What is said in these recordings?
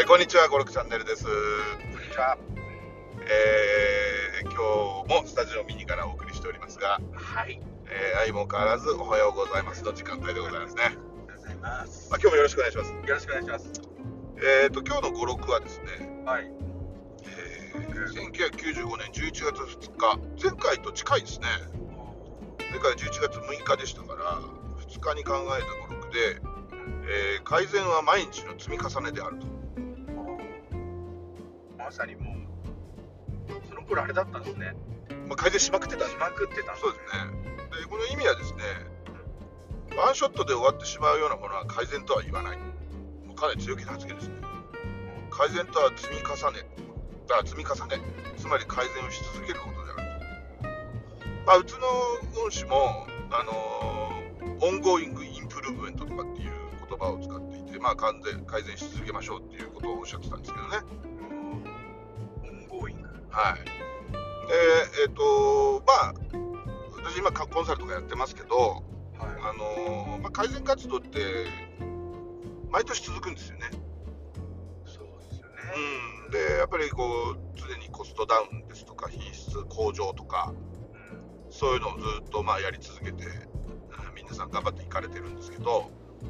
こんにちは、ゴルクチャンネルです。 こんにちは。 今日もスタジオミニからお送りしておりますが、 はい。 相も変わらずおはようございますの時間帯でございますね。 ありがとうございます。 今日もよろしくお願いします。 よろしくお願いします。 今日の語録はですね、 はい。 1995年11月2日、前回と近いですね。前回11月6日でしたから、2日に考えた語録で、改善は毎日の積み重ねであると。 まさにもうその頃あれだったんですね。 改善しまくってたんです。 しまくってたんですね。 そうですね。でこの意味はですね、ワンショットで終わってしまうようなものは改善とは言わない。もうかなり強気な発言ですね。改善とは積み重ね、つまり改善をし続けることである。うちの恩師もオンゴーイングインプルーブメントとかっていう言葉を使っていて、改善し続けましょうっていうことをおっしゃってたんですけどね。 オンゴーイング。 はい。で、私今コンサルとかやってますけど、 はい。 改善活動って毎年続くんですよね。 そうですよね。 でやっぱりこう常にコストダウンですとか品質向上とか、そういうのをずっとやり続けて、皆さん頑張っていかれてるんですけど、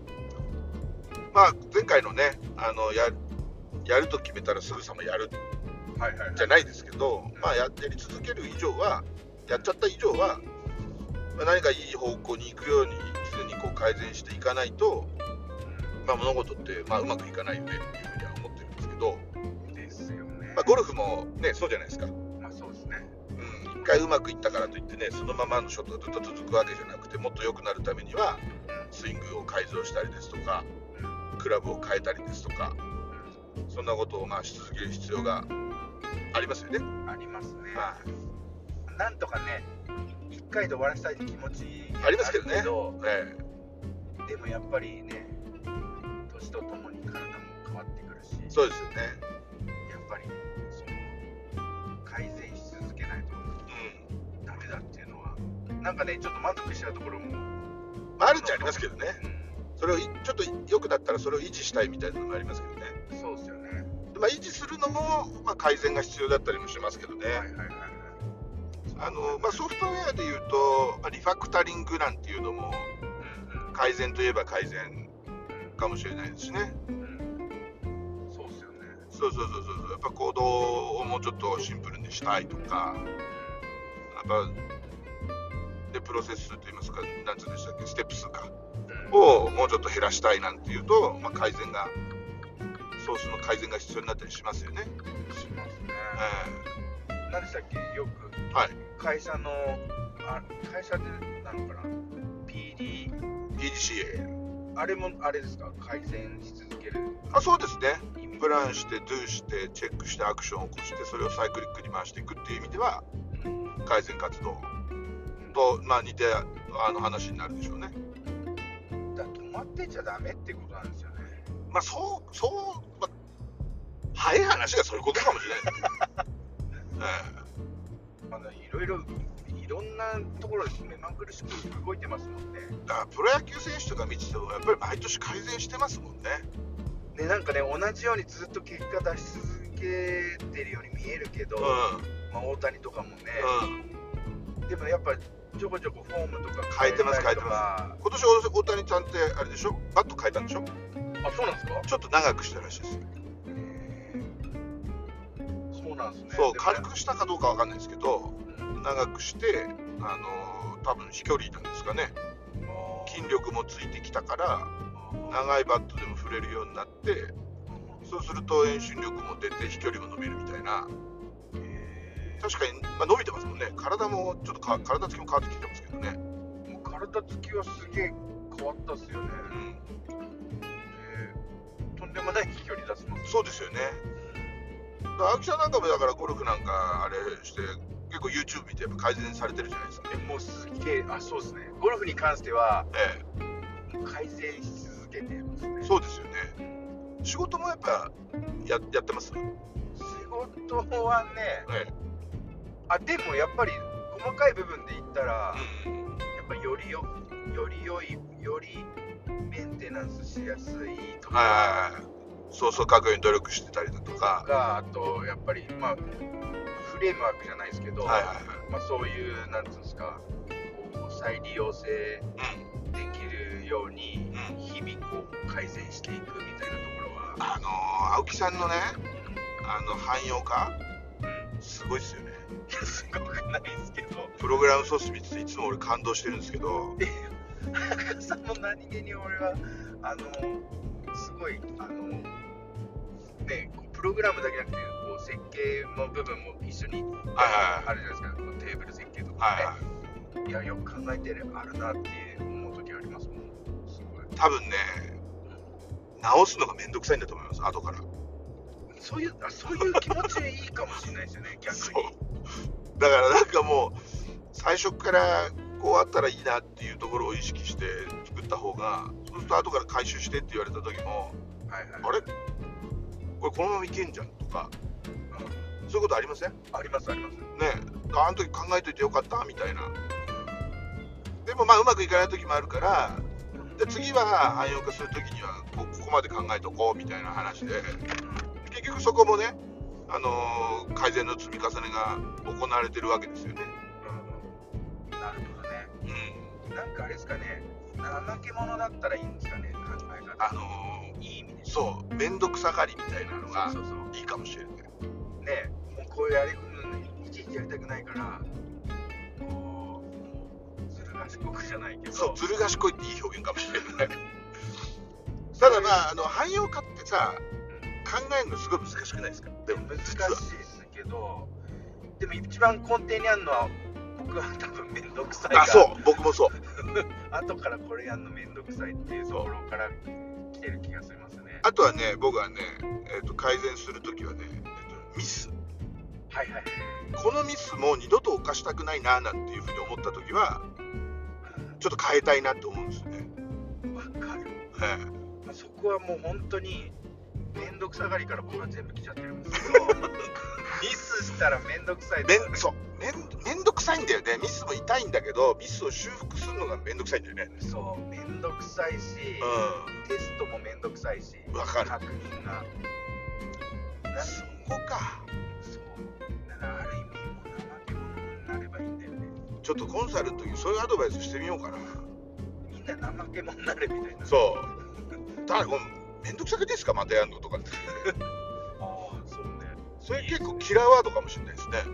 前回のねやると決めたらすぐさまやるじゃないですけど、やり続ける以上は、やっちゃった以上は、何かいい方向に行くように常にこう改善していかないと、物事ってうまくいかないよねっていうふうには思ってるんですけど、 ですよね。 ゴルフもねそうじゃないですか。 そうですね。 一回うまくいったからといってね、そのままのショットがずっと続くわけじゃなくて、もっと良くなるためにはスイングを改造したりですとか、クラブを変えたりですとか、そんなことをし続ける必要がありますよね。 ありますね。なんとかね、一回で終わらせたいって気持ちありますけどね。 でもやっぱりね、年とともに体も変わってくるし、 そうですよね。 やっぱりその改善し続けないとダメだっていうのは、なんかね、ちょっと満足しちゃうところもあるっちゃありますけどね。それをちょっと良くなったらそれを維持したいみたいなのもありますけどね。 そうですよね。 維持するのも、改善が必要だったりもしますけどね。ソフトウェアでいうと、リファクタリングなんていうのも、改善といえば改善かもしれないですしね。 そうですよね。 そう。やっぱコードをもうちょっとシンプルにしたいとか、でプロセスといいますか、なんつうんでしたっけ、ステップ数か、をもうちょっと減らしたいなんていうと、ソースの改善が必要になったりしますよね。 しますね。何でしたっけ、よく、会社の会社でなのかな、 PDCA、 あれもあれですか、改善し続ける。 そうですね。プランして、ドゥしてチェックしてアクションを起こして、それをサイクリックに回していくっていう意味では、改善活動と似て話になるでしょうね。 止まってちゃダメってことなんですよね。 早い話がそういうことかもしれないいろんなところで目まぐるしく動いてますもんね。 だからプロ野球選手とか見ててもやっぱり毎年改善してますもんね。 なんかね、同じようにずっと結果出し続けてるように見えるけど、大谷とかもね、でもやっぱちょこちょこフォームとか変えてます。今年大谷ちゃんってあれでしょ、バット変えたんでしょ。 そうなんですか。 ちょっと長くしたらしいですよ。 そうなんですね。 そう、軽くしたかどうかわかんないですけど、長くして多分飛距離なんですかね、筋力もついてきたから長いバットでも振れるようになって、そうすると遠心力も出て飛距離も伸びるみたいな。確かに、伸びてますもんね。体もちょっと体つきも変わってきてますけどね。 もう体つきはすげえ変わったっすよね。とんでもない飛距離出せます。 そうですよね。青木さんなんかもだからゴルフなんかあれして結構 YouTube 見てやっぱ改善されてるじゃないですか。 もうすげえ、そうですね。ゴルフに関しては、改善し続けてますね。 そうですよね。仕事もやっぱやってます。 仕事はね、でもやっぱり細かい部分で言ったら、やっぱりより良い、よりメンテナンスしやすいとか、 そうそう書くように努力してたりだとか、 あとやっぱりフレームワークじゃないですけど、そういうなんていうんですか、こう再利用性できるように日々こう改善していくみたいなところは、 青木さんのね、汎用化、すごいですよね。 すごくないですけど、 プログラムソース見てていつも俺感動してるんですけど、 赤さんも何気に俺はすごいね、プログラムだけじゃなくてこう設計の部分も一緒にあるじゃないですか、テーブル設計とかね、いやよく考えてあるなって思う時ありますもん。すごい多分ね、直すのがめんどくさいんだと思います、後から。 そういう気持ちいいかもしれないですよね、逆に。 だからなんかもう最初からこうあったらいいなっていうところを意識して作った方が、そうすると後から回収してって言われた時も、あれこれこのままいけんじゃんとか、そういうことありません？ ありますね。 あの時考えといてよかったみたいな。でもうまくいかない時もあるから、で次は汎用化する時にはここまで考えとこうみたいな話で、結局そこもね、改善の積み重ねが行われてるわけですよね。 なるほどね。なんかあれですかね、怠け者だったらいいんですかね、考え方。いい意味で。 そう、面倒くさがりみたいなのがいいかもしれない。 ね、もうこういういちいちやりたくないから、こうずる賢くじゃないけど。 そう、ずる賢いっていい表現かもしれない。ただ汎用化ってさ、考えるのすごい難しくないですか？ でも難しいですけど、でも一番根底にあるのは僕は多分面倒くさいから。 そう、僕もそう。 後からこれやるの面倒くさいっていうところから来てる気がしますね。 あとはね、僕はね、改善するときはね、ミス。このミスも二度と犯したくないななんていうふうに思ったときは、ちょっと変えたいなと思うんですよね。 わかる。そこはもう本当に面倒くさがりから僕は全部来ちゃってるんですけど、ミスしたら面倒くさいですよね。 そう、面倒くさいんだよね。ミスも痛いんだけど、ミスを修復するのが面倒くさいんだよね。 そう、面倒くさいし、テストも面倒くさいし、 わかる。 確認が。 そこか。 そう。だからある意味もう怠け者になればいいんだよね。 ちょっとコンサルの時そういうアドバイスしてみようかな。 みんな怠け者になれみたいな。 そう。ただめんどくさくですかまたやんのとかって。 そうね。 それ結構キラーワードかもしれないですね。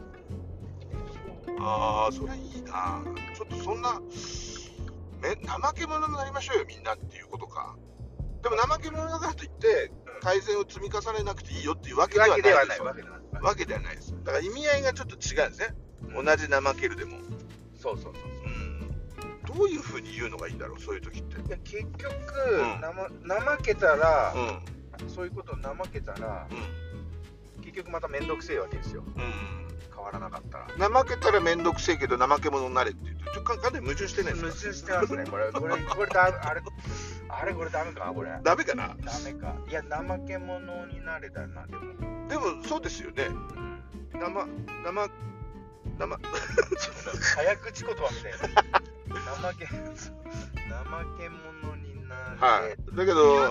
それいいな。ちょっとそんな怠け者になりましょうよみんなっていうことか。でも怠け者だからといって改善を積み重ねなくていいよっていうわけではないですよ。わけではないです。だから意味合いがちょっと違うんですね。同じ怠けるでも。 そう。 どういうふうに言うのがいいんだろう、そういう時って。 結局、怠けたら、そういうことを怠けたら、結局また面倒くせえわけですよ。変わらなかったら。 怠けたら面倒くせえけど怠け者になれって言うと、かなり矛盾してないですか？ 矛盾してますね。これこれダメかこれ。 ダメかな？ ダメか。いや、怠け者になれたな、でもそうですよね。 早口言葉みたいな。怠け者になれ。 だけど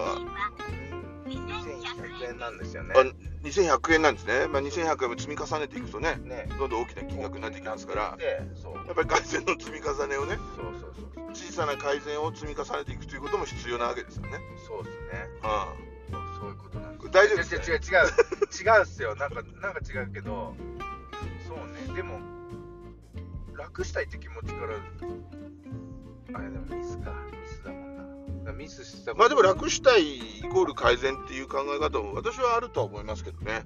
2100円なんですよね。 2100円なんですね。2100円も積み重ねていくとね、どんどん大きな金額になってきますから、やっぱり改善の積み重ねをね、小さな改善を積み重ねていくということも必要なわけですよね。 そうですね。そういうことなんです。 大丈夫ですか？ 違うっすよ。なんか違うけど、そうね。でも楽したいって気持ちからでもミスだもんな。ミスしたでも楽したいイコール改善っていう考え方も私はあるとは思いますけどね。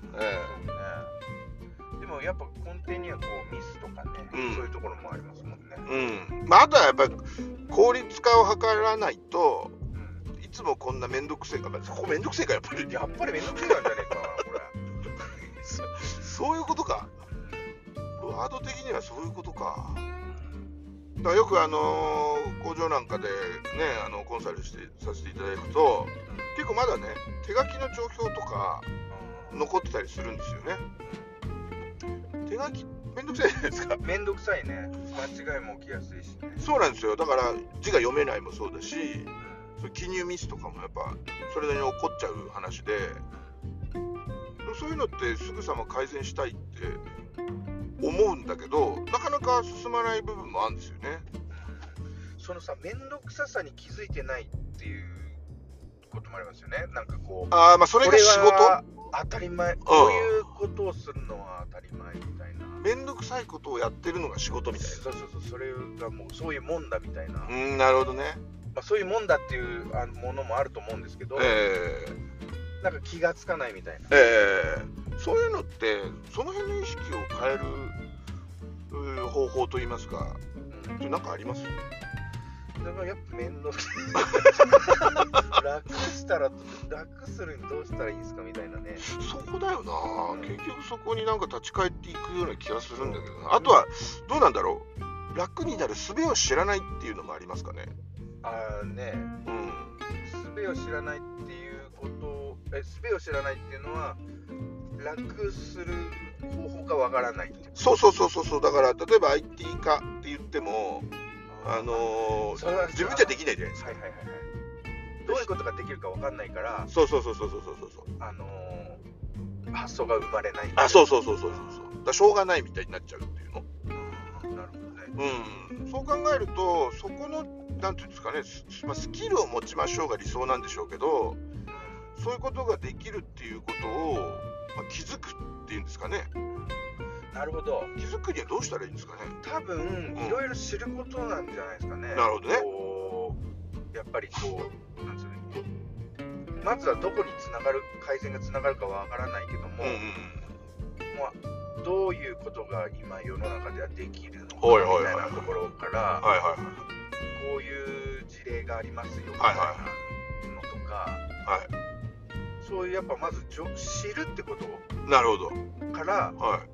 でもやっぱ根底にはこうミスとかね、そういうところもありますもんね。 あとはやっぱり効率化を図らないと、いつもこんな面倒くせえか、そこ面倒くせえかやっぱり面倒くせえなんじゃねえかこれ。 そういうことか。ワード的にはそういうことか。だからよく工場なんかでねコンサルさせていただくと、結構まだね手書きの帳票とか残ってたりするんですよね。手書きめんどくさいじゃないですか。 めんどくさいね。間違いも起きやすいしね。 そうなんですよ。だから字が読めないもそうだし、 そう記入ミスとかもやっぱそれなりに起こっちゃう話で、そういうのってすぐさま改善したいって思うんだけど、なかなか進まない部分もあるんですよね。 そのさ、面倒くささに気づいてないっていうこともありますよね。なんかこう、 まあそれが仕事、 これは当たり前、こういうことをするのは当たり前みたいな。 面倒くさいことをやってるのが仕事みたいな。 そう、それがもうそういうもんだみたいな。 なるほどね。 まあ、そういうもんだっていうものもあると思うんですけど、なんか気がつかないみたいな。 そういうのってその辺の意識を変える方法といいますか、なんかあります？ だからやっぱ面倒くさい。楽したら楽するにどうしたらいいですかみたいなね。 そこだよな、結局そこになんか立ち返っていくような気がするんだけどな。あとはどうなんだろう、楽になる術を知らないっていうのもありますかね。 術を知らないっていうこと術を知らないっていうのは楽する方法がわからないっていう。 そうだから例えば IT 化って言っても自分じゃできないじゃないですか。 どういうことができるかわかんないから、 そう発想が生まれない。 そうだしょうがないみたいになっちゃうっていうの。 なるほどね。 そう考えるとそこのなんていうんですかね、スキルを持ちましょうが理想なんでしょうけど、そういうことができるっていうことを、気づくっていうんですかね。 なるほど。 気づくにはどうしたらいいんですかね。 多分いろいろ知ることなんじゃないですかね。 なるほどね。 やっぱりこうなんですよね。まずはどこにつながる改善がつながるかわからないけども、どういうことが今世の中ではできるのかみたいなところから、こういう事例がありますよみたいなのとか、そういうやっぱまず知るってことから、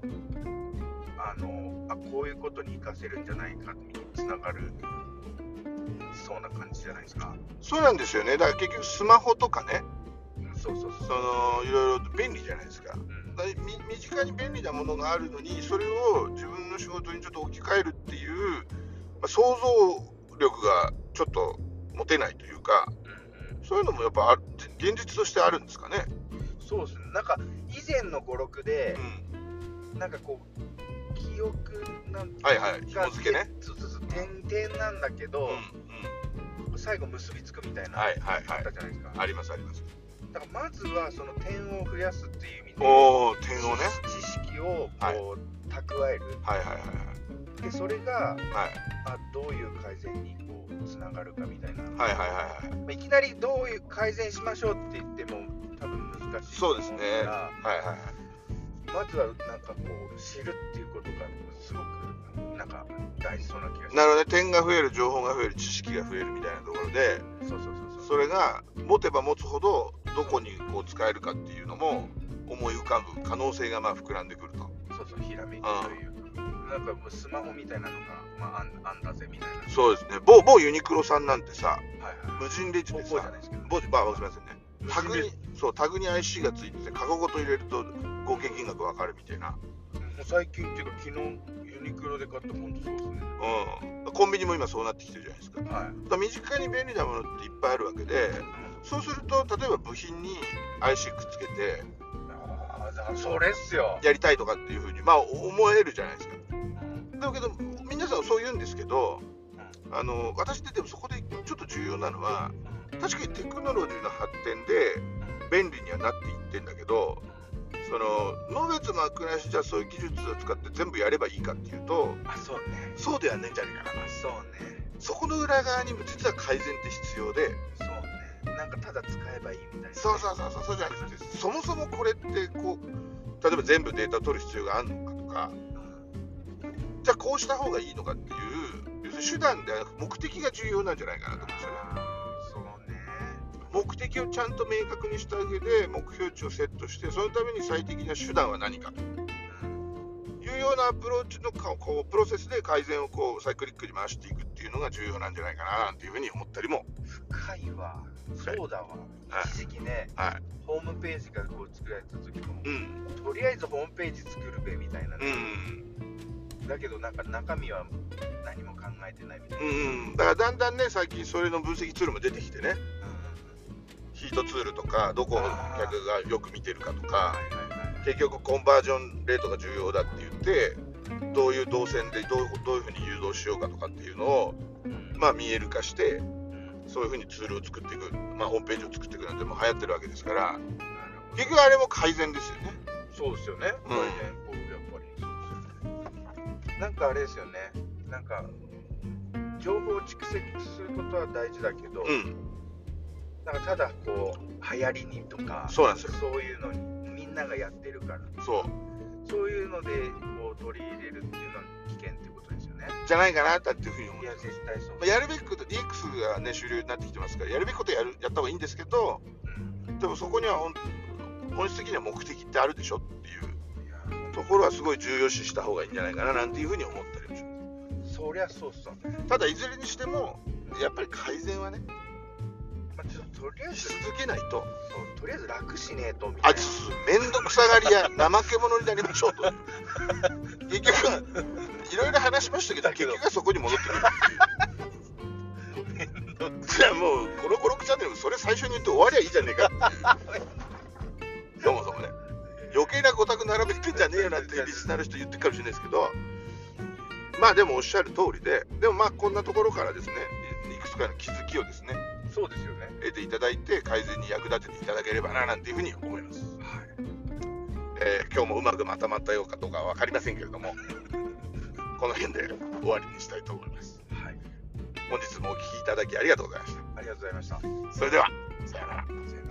こういうことに活かせるんじゃないかにつながるそうな感じじゃないですか。 そうなんですよね。だから結局スマホとかね、いろいろ便利じゃないですか。身近に便利なものがあるのに、それを自分の仕事にちょっと置き換えるっていう、想像力がちょっと持てないというか、そういうのもやっぱ現実としてあるんですかね。 そうですね。なんか以前の語録で、なんかこう記憶なんか紐付けね。 点なんだけど、最後結びつくみたいなあったじゃないですか。 あります。 だからまずはその点を増やすっていう意味で、 点をね、 知識をこう蓄える。でそれが、どういう改善にこうつながるかみたいな。いきなりどういう改善しましょうって言っても多分難しい。 そうですね。 まずはなんかこう知るっていうことがすごくなんか大事そうな気がします。 なるほどね。点が増える、情報が増える、知識が増えるみたいなところで、それが持てば持つほどどこにこう使えるかっていうのも思い浮かぶ可能性が膨らんでくると。 ひらめきというなんかもうスマホみたいなのが、あんだぜみたいな。 そうですね。某ユニクロさんなんてさ、無人レジでさ、すみませんね。タグに IC がついてて、カゴごと入れると合計金額わかるみたいな。 最近っていうか昨日ユニクロで買った本当そうですね。 コンビニも今そうなってきてるじゃないですか。だから身近に便利なものっていっぱいあるわけで、そうすると例えば部品に IC くっつけて、 それっすよ。 やりたいとかっていうふうに思えるじゃないですか。だけど皆さんそう言うんですけど、私ってでもそこでちょっと重要なのは、確かにテクノロジーの発展で便利にはなっていってんだけど、のべつ幕なしじゃそういう技術を使って全部やればいいかっていうと、そうではないんじゃないかな。そこの裏側にも実は改善って必要で、 なんかただ使えばいいみたいな。 そうじゃなくて、そもそもこれってこう例えば全部データ取る必要があるのかとか、じゃあこうした方がいいのかっていう、要するに手段ではなく目的が重要なんじゃないかなと思うんですよね。目的をちゃんと明確にした上で目標値をセットして、そのために最適な手段は何かというようなアプローチのこうプロセスで改善をこうサイクリックに回していくっていうのが重要なんじゃないかななんていうふうに思ったりも。 深いわ。そうだわ。一時期ね、ホームページがこう作られた時も、とりあえずホームページ作るべみたいなね。だけどなんか中身は何も考えてないみたいな。 だからだんだんね、最近それの分析ツールも出てきてね、 ヒートツールとかどこを客がよく見てるかとか、 はいはいはい、 結局コンバージョンレートが重要だって言ってどういう動線でどういうふうに誘導しようかとかっていうのを、まあ見える化してそういうふうにツールを作っていく、まあ、ホームページを作っていくなんてもう流行ってるわけですから結局あれも改善ですよね。 そうですよね。これね、こうやっぱりそうですよね。なんかあれですよね。なんか情報を蓄積することは大事だけど、なんかただこう流行りにとか、 そうなんですよ。 そういうのにみんながやってるから、そういうのでこう取り入れるっていうのは危険ってことですよね。 じゃないかなっていうふうに思っていや絶対そう。 やるべきこと DX がね主流になってきてますからやるべきことやった方がいいんですけど、でもそこには本質的には目的ってあるでしょっていうところはすごい重要視した方がいいんじゃないかななんていうふうに思ったりもします。 そりゃそうっすよね。 ただいずれにしてもやっぱり改善はね、 まあ、ちょっととりあえずし続けないと、 そうとりあえず楽しねえとみたいな。 めんどくさがりや怠け者になりましょうと結局いろいろ話しましたけど結局はそこに戻ってくるじゃあもうこの56チャンネルそれ最初に言って終わりゃいいじゃねえかっていうそもそもね余計なごたく並べてんじゃねえよなんてリスナーの人言ってるかもしれないですけど、まあでもおっしゃる通りで、でもまあこんなところからですねいくつかの気づきをですねそうですよね。 得ていただいて改善に役立てていただければななんていうふうに思います。 はい。 今日もうまくまとまったようかどうかは分かりませんけれどもこの辺で終わりにしたいと思います。 はい。 本日もお聞きいただきありがとうございました。 ありがとうございました。 それではさようなら。 さよなら。